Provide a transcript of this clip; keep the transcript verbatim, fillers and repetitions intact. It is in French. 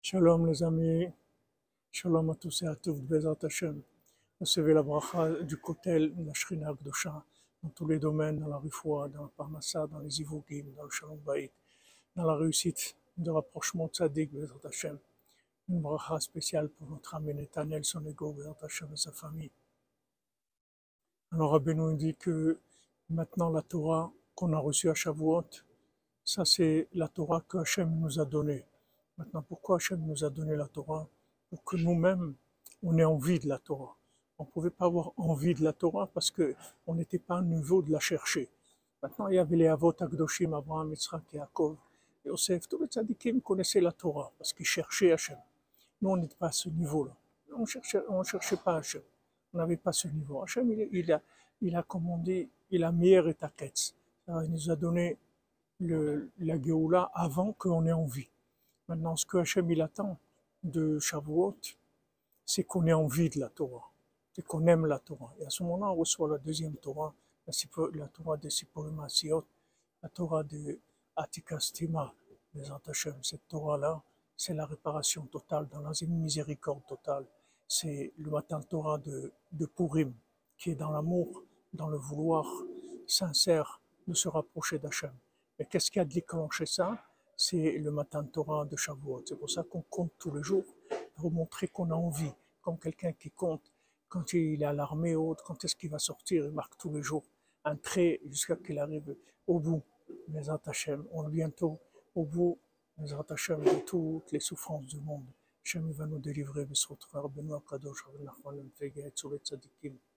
Shalom les amis, shalom à tous et à toutes, Bezat Hashem. Recevez la bracha du Kotel, la Shrina Akdosha, dans tous les domaines, dans la Rifoua, dans la Parnassa, dans les Ivogim, dans le Shalom Bayit, dans la réussite de rapprochement tzaddik, Bezat Hashem. Une bracha spéciale pour notre ami Netanel, son égo, Bezat Hashem et sa famille. Alors Rabbeinu nous dit que maintenant la Torah qu'on a reçue à Shavuot, ça c'est la Torah que Hashem nous a donnée. Maintenant, pourquoi Hachem nous a donné la Torah? Pour que nous-mêmes, on ait envie de la Torah. On ne pouvait pas avoir envie de la Torah parce qu'on n'était pas à niveau de la chercher. Maintenant, il y avait les Avot Akdoshim, Abraham, Yitzhak, Yaakov, Yosef, tous les tzadikim connaissaient la Torah parce qu'ils cherchaient Hachem. Nous, on n'était pas à ce niveau-là. On ne cherchait, on cherchait pas Hachem. On n'avait pas ce niveau. Hachem, il, il, a, il a commandé, il a mier et taketz. Il nous a donné le, la Géoula avant qu'on ait envie. Maintenant, ce que Hachem il attend de Shavuot, c'est qu'on ait envie de la Torah, c'est qu'on aime la Torah. Et à ce moment-là, on reçoit la deuxième Torah, la, la Torah de Sipurim Asiot, la Torah de Atikas Tima, les Hachem. Cette Torah-là, c'est la réparation totale, dans la miséricorde totale. C'est le matin Torah de, de Purim, qui est dans l'amour, dans le vouloir sincère de se rapprocher d'Hachem. Et qu'est-ce qui a déclenché ça? C'est le matin Torah de Shavuot. C'est pour ça qu'on compte tous les jours pour montrer qu'on a envie, comme quelqu'un qui compte quand il est à l'armée haute, quand est-ce qu'il va sortir, il marque tous les jours un trait jusqu'à qu'il arrive au bout. Les Hachem, on est bientôt au bout, les Hachem, de toutes les souffrances du monde. Hachem va nous délivrer, Benoît Kadosh, sur les tzadikim.